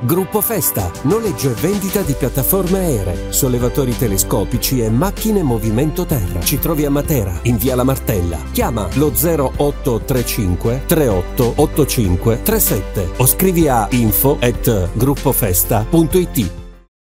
Gruppo Festa, noleggio e vendita di piattaforme aeree, sollevatori telescopici e macchine movimento terra. Ci trovi a Matera, in via La Martella. Chiama lo 0835 38 85 37 o scrivi a info@gruppofesta.it.